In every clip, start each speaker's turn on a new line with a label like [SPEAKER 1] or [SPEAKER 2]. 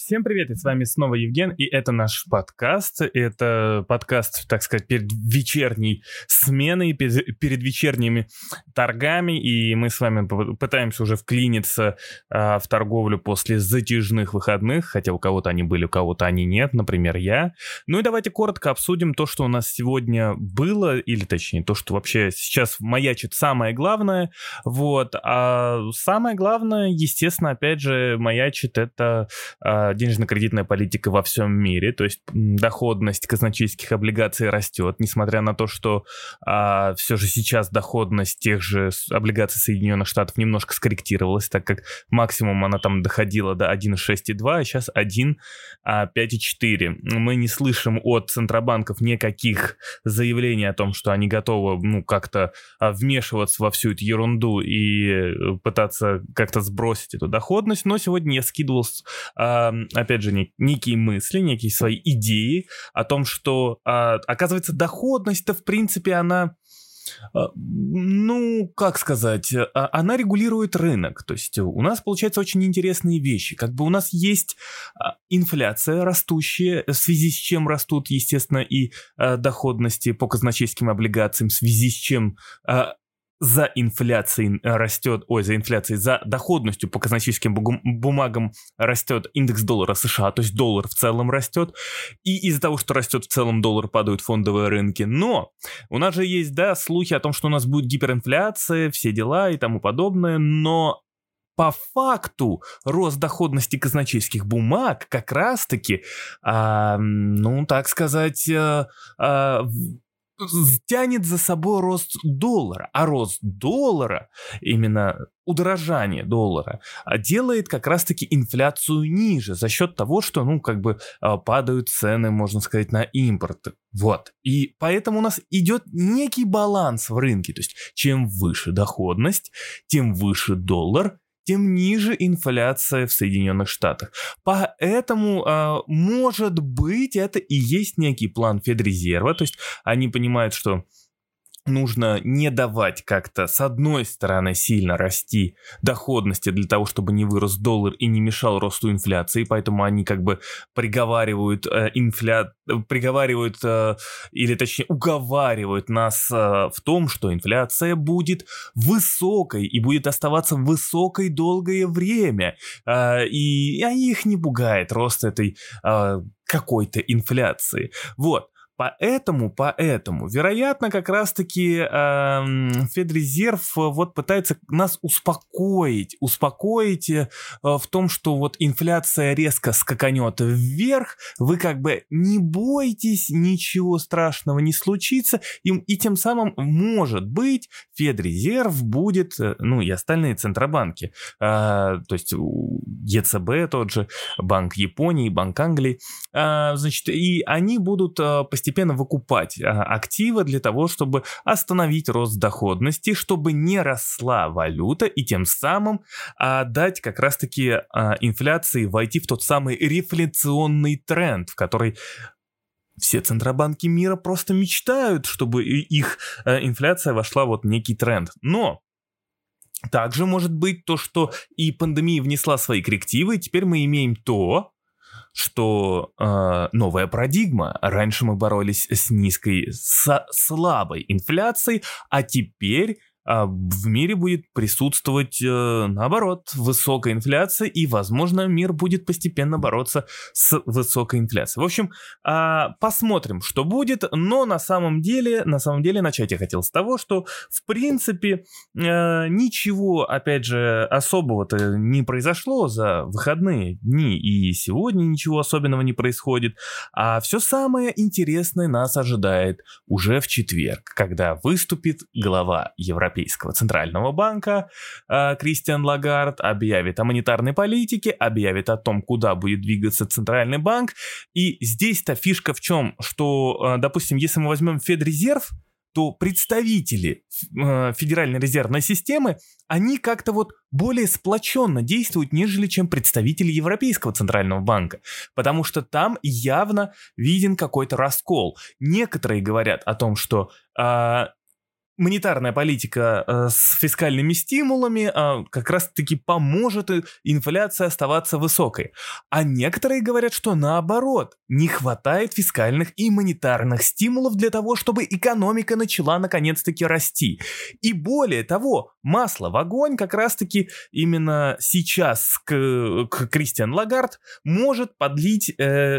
[SPEAKER 1] Всем привет, и с вами снова Евген, и это наш подкаст. Это подкаст, так сказать, перед вечерней сменой, перед вечерними торгами, и мы с вами пытаемся уже вклиниться в торговлю после затяжных выходных, хотя у кого-то они были, у кого-то они нет, например, я. Ну и давайте коротко обсудим то, что у нас сегодня было, или точнее, то, что вообще сейчас маячит самое главное, вот. А самое главное, естественно, опять же, маячит это денежно-кредитная политика во всем мире, то есть доходность казначейских облигаций растет, несмотря на то, что все же сейчас доходность тех же облигаций Соединенных Штатов немножко скорректировалась, так как максимум она там доходила до 1,6,2, а сейчас 1,5,4. Мы не слышим от центробанков никаких заявлений о том, что они готовы как-то вмешиваться во всю эту ерунду и пытаться как-то сбросить эту доходность, но сегодня я скидывал опять же, некие мысли, некие свои идеи о том, что, оказывается, доходность-то, в принципе, она, как сказать, она регулирует рынок. То есть у нас, получается, очень интересные вещи. Как бы у нас есть инфляция растущая, в связи с чем растут, естественно, и доходности по казначейским облигациям, в связи с чем за доходностью по казначейским бумагам растет индекс доллара США, то есть доллар в целом растет, и из-за того, что растет в целом доллар, падают фондовые рынки. Но у нас же есть, слухи о том, что у нас будет гиперинфляция, все дела и тому подобное, но по факту рост доходности казначейских бумаг как раз-таки, так сказать, тянет за собой рост доллара, а рост доллара, именно удорожание доллара, делает как раз-таки инфляцию ниже за счет того, что, падают цены, можно сказать, на импорт. Вот. И поэтому у нас идет некий баланс в рынке, то есть чем выше доходность, тем выше доллар, тем ниже инфляция в Соединенных Штатах. Поэтому, может быть, это и есть некий план Федрезерва, то есть они понимают, что нужно не давать как-то, с одной стороны, сильно расти доходности для того, чтобы не вырос доллар и не мешал росту инфляции, поэтому они приговаривают или точнее уговаривают нас в том, что инфляция будет высокой и будет оставаться высокой долгое время, и их не пугает рост этой какой-то инфляции. Вот. Поэтому, вероятно, как раз-таки Федрезерв пытается нас успокоить в том, что инфляция резко скаканет вверх, вы не бойтесь, ничего страшного не случится, и тем самым, может быть, Федрезерв будет, и остальные центробанки, то есть ЕЦБ тот же, Банк Японии, Банк Англии, и они будут постепенно выкупать активы для того, чтобы остановить рост доходности, чтобы не росла валюта и тем самым дать как раз-таки инфляции войти в тот самый рефляционный тренд, в который все центробанки мира просто мечтают, чтобы их инфляция вошла в некий тренд. Но также может быть то, что и пандемия внесла свои коррективы, и теперь мы имеем то, что новая парадигма. Раньше мы боролись с слабой инфляцией, а теперь в мире будет присутствовать, наоборот, высокая инфляция, и, возможно, мир будет постепенно бороться с высокой инфляцией. В общем, посмотрим, что будет, но на самом деле, начать я хотел с того, что, в принципе, ничего, опять же, особого-то не произошло за выходные дни, и сегодня ничего особенного не происходит, а все самое интересное нас ожидает уже в четверг, когда выступит глава Европейского Центрального банка Кристиан Лагард, объявит о монетарной политике, объявит о том, куда будет двигаться Центральный банк. И здесь-то фишка в чем, что, допустим, если мы возьмем Федрезерв, то представители Федеральной резервной системы, они как-то более сплоченно действуют, нежели чем представители Европейского Центрального банка, потому что там явно виден какой-то раскол. Некоторые говорят о том, что монетарная политика с фискальными стимулами как раз-таки поможет инфляции оставаться высокой. А некоторые говорят, что наоборот, не хватает фискальных и монетарных стимулов для того, чтобы экономика начала наконец-таки расти. И более того, масло в огонь как раз-таки именно сейчас Кристиан Лагард может подлить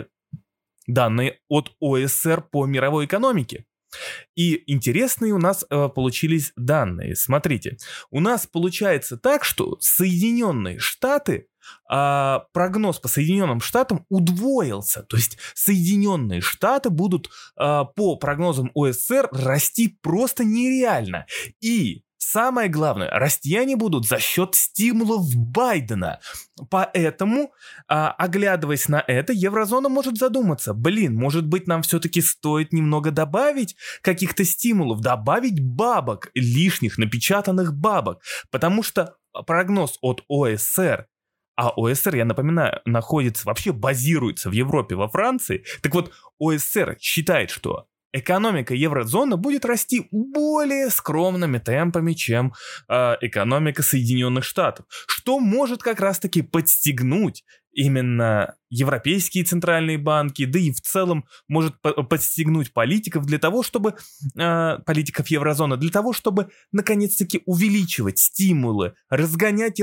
[SPEAKER 1] данные от ОСР по мировой экономике. И интересные у нас получились данные. Смотрите, у нас получается так, что Соединенные Штаты, прогноз по Соединенным Штатам удвоился. То есть Соединенные Штаты будут по прогнозам ОСР расти просто нереально. И самое главное, расти они будут за счет стимулов Байдена. Поэтому, оглядываясь на это, еврозона может задуматься: может быть, нам все-таки стоит немного добавить каких-то стимулов, добавить бабок, лишних напечатанных бабок. Потому что прогноз от ОСР, а ОСР, я напоминаю, вообще базируется в Европе, во Франции. Так вот, ОСР считает, что экономика еврозоны будет расти более скромными темпами, чем экономика Соединенных Штатов, что может как раз-таки подстегнуть именно европейские центральные банки, да и в целом может подстегнуть политиков для того, чтобы политиков еврозоны, для того, чтобы наконец-таки увеличивать стимулы, разгонять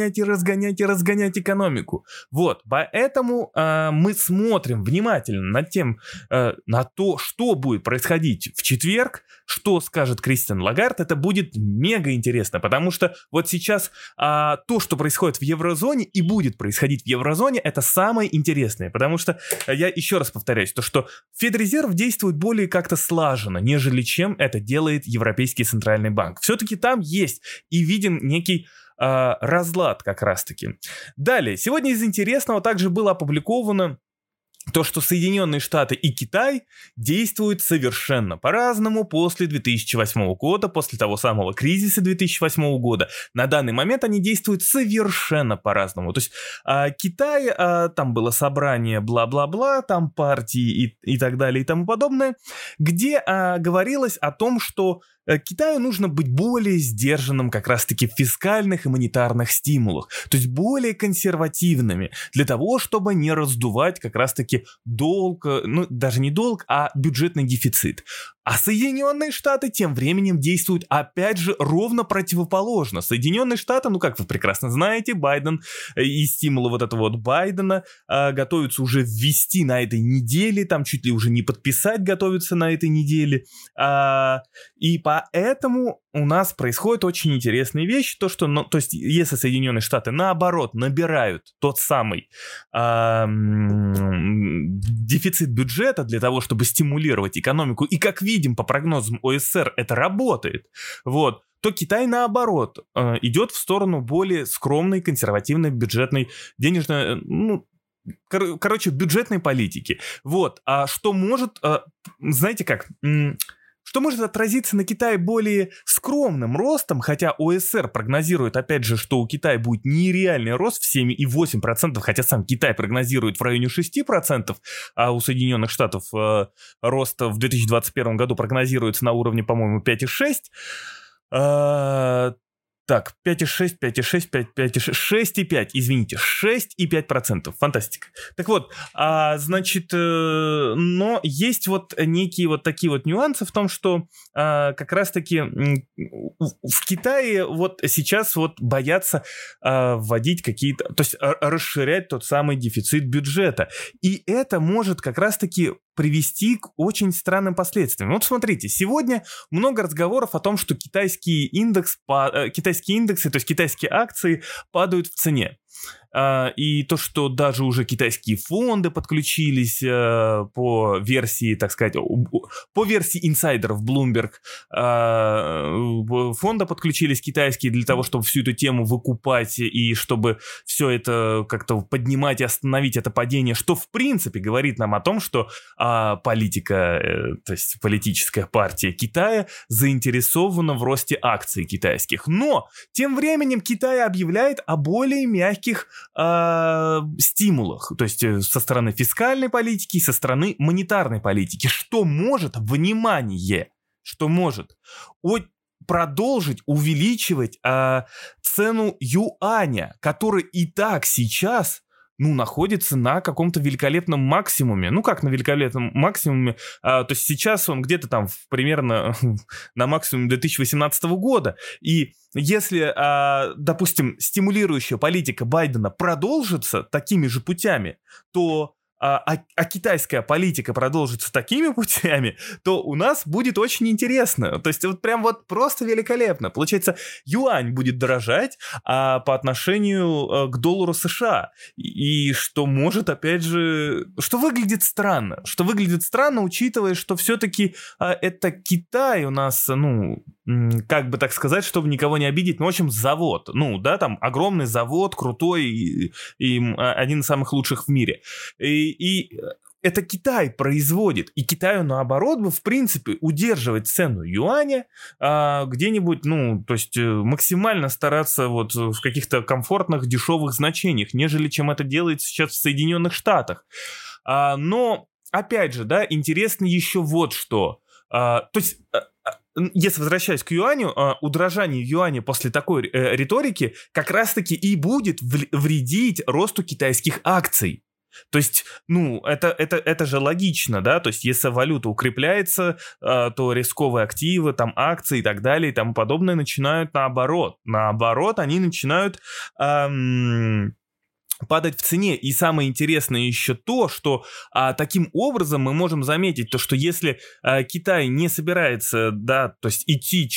[SPEAKER 1] экономику. Вот, поэтому мы смотрим внимательно на то, что будет происходить в четверг, что скажет Кристиан Лагард. Это будет мега интересно, потому что вот сейчас то, что происходит в еврозоне и будет происходить в еврозоне, это самое интересное, потому что я еще раз повторяюсь, то что Федрезерв действует более как-то слаженно, нежели чем это делает Европейский центральный банк. Все-таки там есть и виден некий разлад как раз-таки. Далее, сегодня из интересного также было опубликовано то, что Соединенные Штаты и Китай действуют совершенно по-разному после 2008 года, после того самого кризиса 2008 года. На данный момент они действуют совершенно по-разному. То есть Китай, там было собрание бла-бла-бла, там партии и так далее и тому подобное, где говорилось о том, что Китаю нужно быть более сдержанным как раз-таки в фискальных и монетарных стимулах, то есть более консервативными, для того, чтобы не раздувать как раз-таки долг, даже не долг, а бюджетный дефицит. А Соединенные Штаты тем временем действуют опять же ровно противоположно. Соединенные Штаты, как вы прекрасно знаете, Байден и стимулы вот этого вот Байдена готовятся уже ввести на этой неделе, там чуть ли уже не подписать готовятся на этой неделе. И поэтому у нас происходит очень интересная вещь, то есть если Соединенные Штаты наоборот набирают тот самый дефицит бюджета для того, чтобы стимулировать экономику, и как видим по прогнозам ОСР это работает, вот, то Китай наоборот идет в сторону более скромной, консервативной бюджетной, денежной, бюджетной политики. Вот, а что может, знаете как... Что может отразиться на Китае более скромным ростом, хотя ОСР прогнозирует, опять же, что у Китая будет нереальный рост в 7,8%, хотя сам Китай прогнозирует в районе 6%, а у Соединенных Штатов рост в 2021 году прогнозируется на уровне, по-моему, 5,6%. Так, 5,6, 5,6, 5,6, 6,5, извините, 6,5%, фантастика. Так вот, значит, но есть вот некие вот такие вот нюансы в том, что как раз-таки в Китае вот сейчас вот боятся вводить какие-то, то есть расширять тот самый дефицит бюджета. И это может как раз-таки привести к очень странным последствиям. Вот смотрите, сегодня много разговоров о том, что китайские индексы, то есть китайские акции падают в цене. И то, что даже уже китайские фонды подключились по версии, так сказать, по версии инсайдеров Bloomberg, фонды подключились китайские для того, чтобы всю эту тему выкупать и чтобы все это как-то поднимать и остановить это падение, что в принципе говорит нам о том, что политика, то есть политическая партия Китая заинтересована в росте акций китайских. Но тем временем Китай объявляет о более мягких стимулах, то есть со стороны фискальной политики и со стороны монетарной политики, что может, внимание, что может продолжить увеличивать цену юаня, который и так сейчас находится на каком-то великолепном максимуме. Ну, как на великолепном максимуме? То есть сейчас он где-то там примерно на максимуме 2018 года. И если, допустим, стимулирующая политика Байдена продолжится такими же путями, то китайская политика продолжится такими путями, то у нас будет очень интересно. То есть вот прям вот просто великолепно. Получается, юань будет дорожать по отношению к доллару США. И что может, опять же, что выглядит странно. Что выглядит странно, учитывая, что все-таки это Китай у нас, как бы так сказать, чтобы никого не обидеть, в общем, завод. Там огромный завод, крутой и один из самых лучших в мире. И это Китай производит. И Китаю, наоборот, бы, в принципе, удерживать цену юаня где-нибудь, то есть максимально стараться вот в каких-то комфортных, дешевых значениях, нежели чем это делается сейчас в Соединенных Штатах. Но, опять же, да, интересно еще вот что. То есть... Если возвращаясь к юаню, удорожание юаня после такой риторики как раз-таки и будет вредить росту китайских акций. То есть, это же логично, да, то есть если валюта укрепляется, то рисковые активы, там акции и так далее и тому подобное начинают наоборот. Наоборот, они начинают... падать в цене. И самое интересное еще то, что таким образом мы можем заметить то, что если Китай не собирается, да, то есть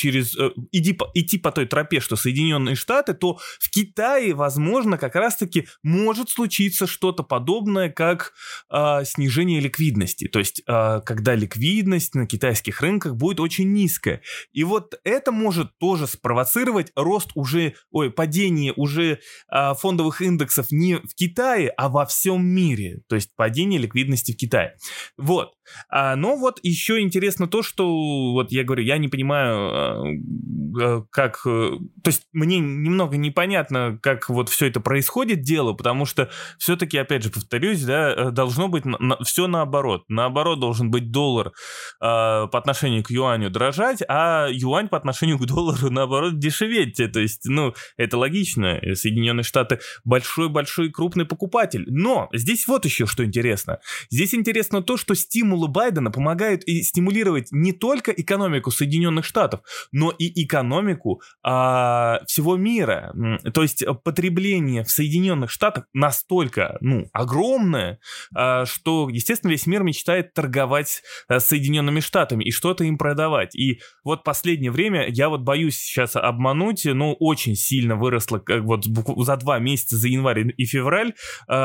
[SPEAKER 1] идти по той тропе, что Соединенные Штаты, то в Китае, возможно, как раз-таки может случиться что-то подобное, как снижение ликвидности. То есть, когда ликвидность на китайских рынках будет очень низкая. И вот это может тоже спровоцировать падение уже фондовых индексов не в Китае, а во всем мире. То есть падение ликвидности в Китае. Вот. Но вот еще интересно то, что, вот я говорю, я не понимаю, как... То есть мне немного непонятно, как вот все это происходит дело, потому что все-таки, опять же, повторюсь, да, должно быть все наоборот. Наоборот должен быть доллар по отношению к юаню дорожать, а юань по отношению к доллару, наоборот, дешеветь. То есть, это логично. Соединенные Штаты большой-большой крупный покупатель. Но здесь вот еще что интересно. Здесь интересно то, что стимулы Байдена помогают и стимулировать не только экономику Соединенных Штатов, но и экономику всего мира. То есть потребление в Соединенных Штатах настолько, огромное, что, естественно, весь мир мечтает торговать с Соединенными Штатами и что-то им продавать. И вот последнее время, я вот боюсь сейчас обмануть, но очень сильно выросло, как вот за 2 месяца, за январь и февраль.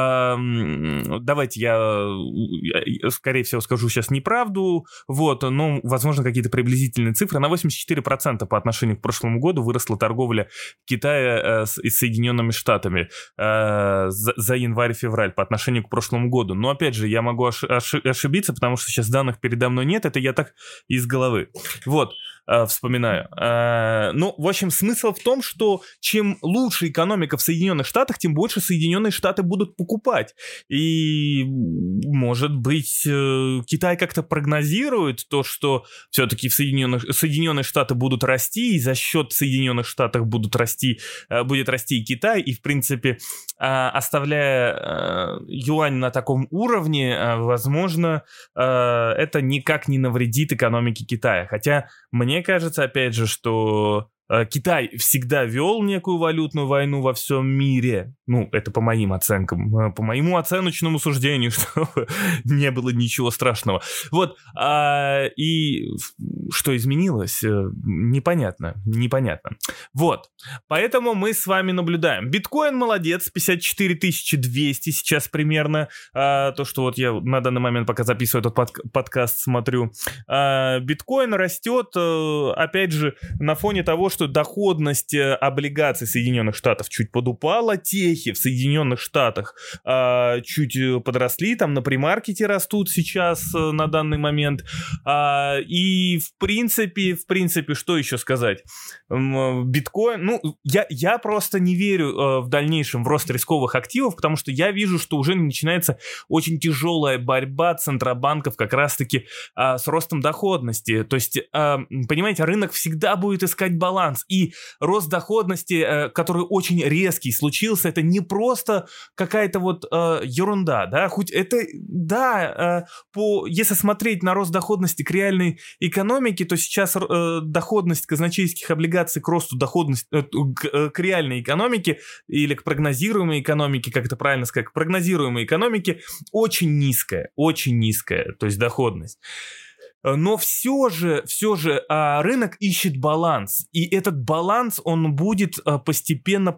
[SPEAKER 1] Давайте я, скорее всего, скажу сейчас неправду, но, возможно, какие-то приблизительные цифры. На 84% по отношению к прошлому году выросла торговля Китая с Соединенными Штатами за январь-февраль по отношению к прошлому году. Но, опять же, я могу ошибиться, потому что сейчас данных передо мной нет, это я так из головы. Вспоминаю. В общем, смысл в том, что чем лучше экономика в Соединенных Штатах, тем больше Соединенные Штаты будут покупать. И, может быть, Китай как-то прогнозирует то, что все-таки Соединенные Штаты будут расти, и за счет Соединенных Штатов будет расти и Китай, и, в принципе, оставляя юань на таком уровне, возможно, это никак не навредит экономике Китая. Хотя мне кажется, опять же, что Китай всегда вел некую валютную войну во всем мире. Это по моим оценкам, по моему оценочному суждению, что не было ничего страшного. И что изменилось? Непонятно. Поэтому мы с вами наблюдаем. Биткоин молодец, 54 200 сейчас примерно. То, что вот я на данный момент, пока записываю этот подкаст, смотрю. Биткоин растет, опять же, на фоне того, что доходность облигаций Соединенных Штатов чуть подупала, техи в Соединенных Штатах чуть подросли, там на премаркете растут сейчас на данный момент. И в принципе, что еще сказать? Биткоин, ну, я просто не верю в дальнейшем в рост рисковых активов, потому что я вижу, что уже начинается очень тяжелая борьба центробанков как раз-таки с ростом доходности. То есть, понимаете, рынок всегда будет искать баланс. И рост доходности, который очень резкий случился, это не просто какая-то вот ерунда, да, хоть это, да, если смотреть на рост доходности к реальной экономике, то сейчас доходность казначейских облигаций к росту доходности, к реальной экономике или к прогнозируемой экономике, как это правильно сказать, к прогнозируемой экономике очень низкая, то есть доходность. Но все же рынок ищет баланс, и этот баланс, он будет постепенно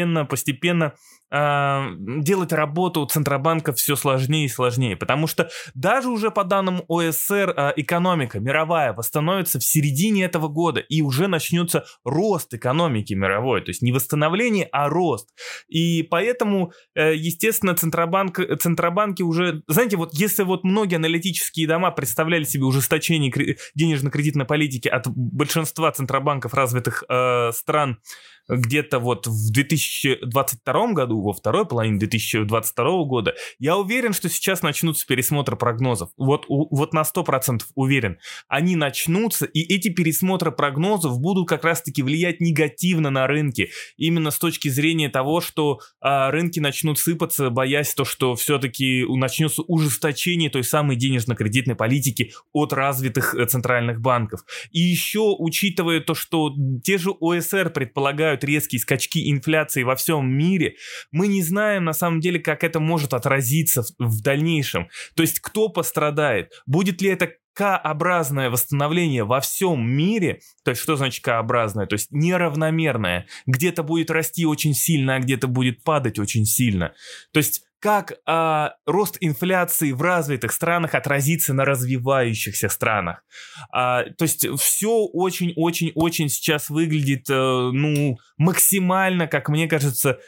[SPEAKER 1] делать работу Центробанка все сложнее и сложнее, потому что даже уже по данным ОСР экономика мировая восстановится в середине этого года, и уже начнется рост экономики мировой, то есть не восстановление, а рост. И поэтому, естественно, Центробанки уже, знаете, вот если вот многие аналитические дома представляли себе ужесточение денежно-кредитной политики от большинства центробанков развитых стран где-то вот в 2022 году, во второй половине 2022 года, я уверен, что сейчас начнутся пересмотры прогнозов. Вот на 100% уверен. Они начнутся, и эти пересмотры прогнозов будут как раз-таки влиять негативно на рынки. Именно с точки зрения того, что рынки начнут сыпаться, боясь то, что все-таки начнется ужесточение той самой денежно-кредитной политики от развитых центральных банков. И еще, учитывая то, что те же ОСР предполагают резкие скачки инфляции во всем мире, мы не знаем на самом деле, как это может отразиться в дальнейшем. То есть кто пострадает? Будет ли это К-образное восстановление во всем мире? То есть что значит К-образное? То есть неравномерное. Где-то будет расти очень сильно, а где-то будет падать очень сильно. То есть как рост инфляции в развитых странах отразится на развивающихся странах. То есть все очень-очень-очень сейчас выглядит, максимально, как мне кажется,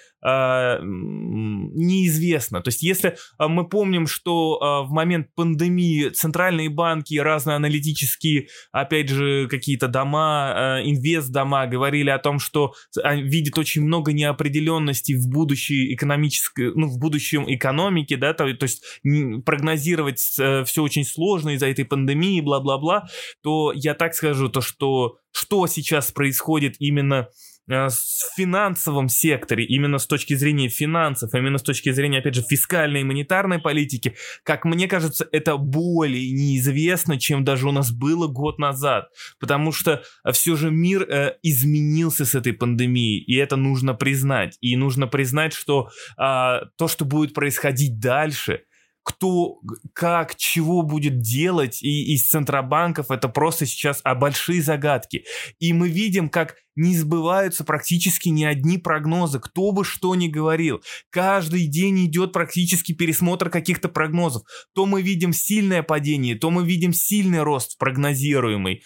[SPEAKER 1] неизвестно. То есть если мы помним, что в момент пандемии центральные банки и разные аналитические, опять же, какие-то дома, инвестдома говорили о том, что видят очень много неопределенностей в будущей экономической, в будущем экономике, да, то есть прогнозировать все очень сложно из-за этой пандемии, бла-бла-бла, то я так скажу, то что сейчас происходит именно в финансовом секторе, именно с точки зрения финансов, именно с точки зрения, опять же, фискальной и монетарной политики, как мне кажется, это более неизвестно, чем даже у нас было год назад, потому что все же мир изменился с этой пандемией, и это нужно признать, и нужно признать, что то, что будет происходить дальше, кто, как, чего будет делать и из центробанков, это просто сейчас большие загадки. И мы видим, как не сбываются практически ни одни прогнозы, кто бы что ни говорил. Каждый день идет практически пересмотр каких-то прогнозов. То мы видим сильное падение, то мы видим сильный рост прогнозируемый.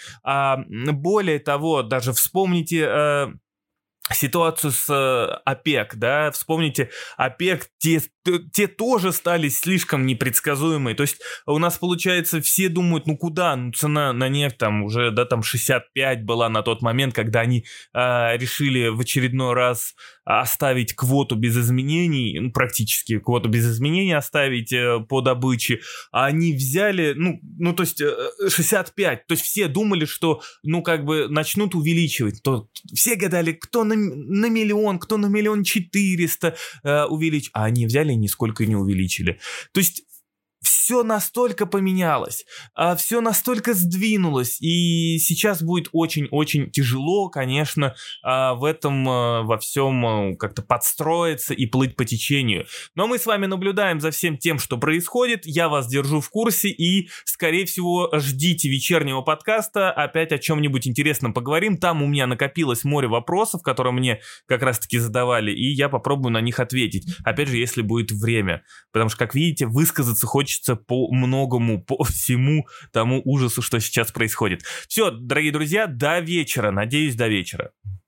[SPEAKER 1] Более того, даже вспомните ситуацию с ОПЕК, да, вспомните, ОПЕК, те тоже стали слишком непредсказуемые, то есть у нас, получается, все думают, куда, цена на нефть там уже, да, там 65 была на тот момент, когда они решили в очередной раз оставить квоту без изменений, практически квоту без изменений оставить по добыче, а они взяли, то есть 65, то есть все думали, что, начнут увеличивать, то все гадали, кто на миллион, кто на 1 400 000 увеличить, а они взяли и нисколько не увеличили. То есть все настолько поменялось, все настолько сдвинулось, и сейчас будет очень-очень тяжело, конечно, в этом во всем как-то подстроиться и плыть по течению. Но мы с вами наблюдаем за всем тем, что происходит, я вас держу в курсе, и, скорее всего, ждите вечернего подкаста, опять о чем-нибудь интересном поговорим, там у меня накопилось море вопросов, которые мне как раз-таки задавали, и я попробую на них ответить, опять же, если будет время, потому что, как видите, высказаться хочется готовиться по многому, по всему тому ужасу, что сейчас происходит. Все, дорогие друзья, до вечера. Надеюсь, до вечера.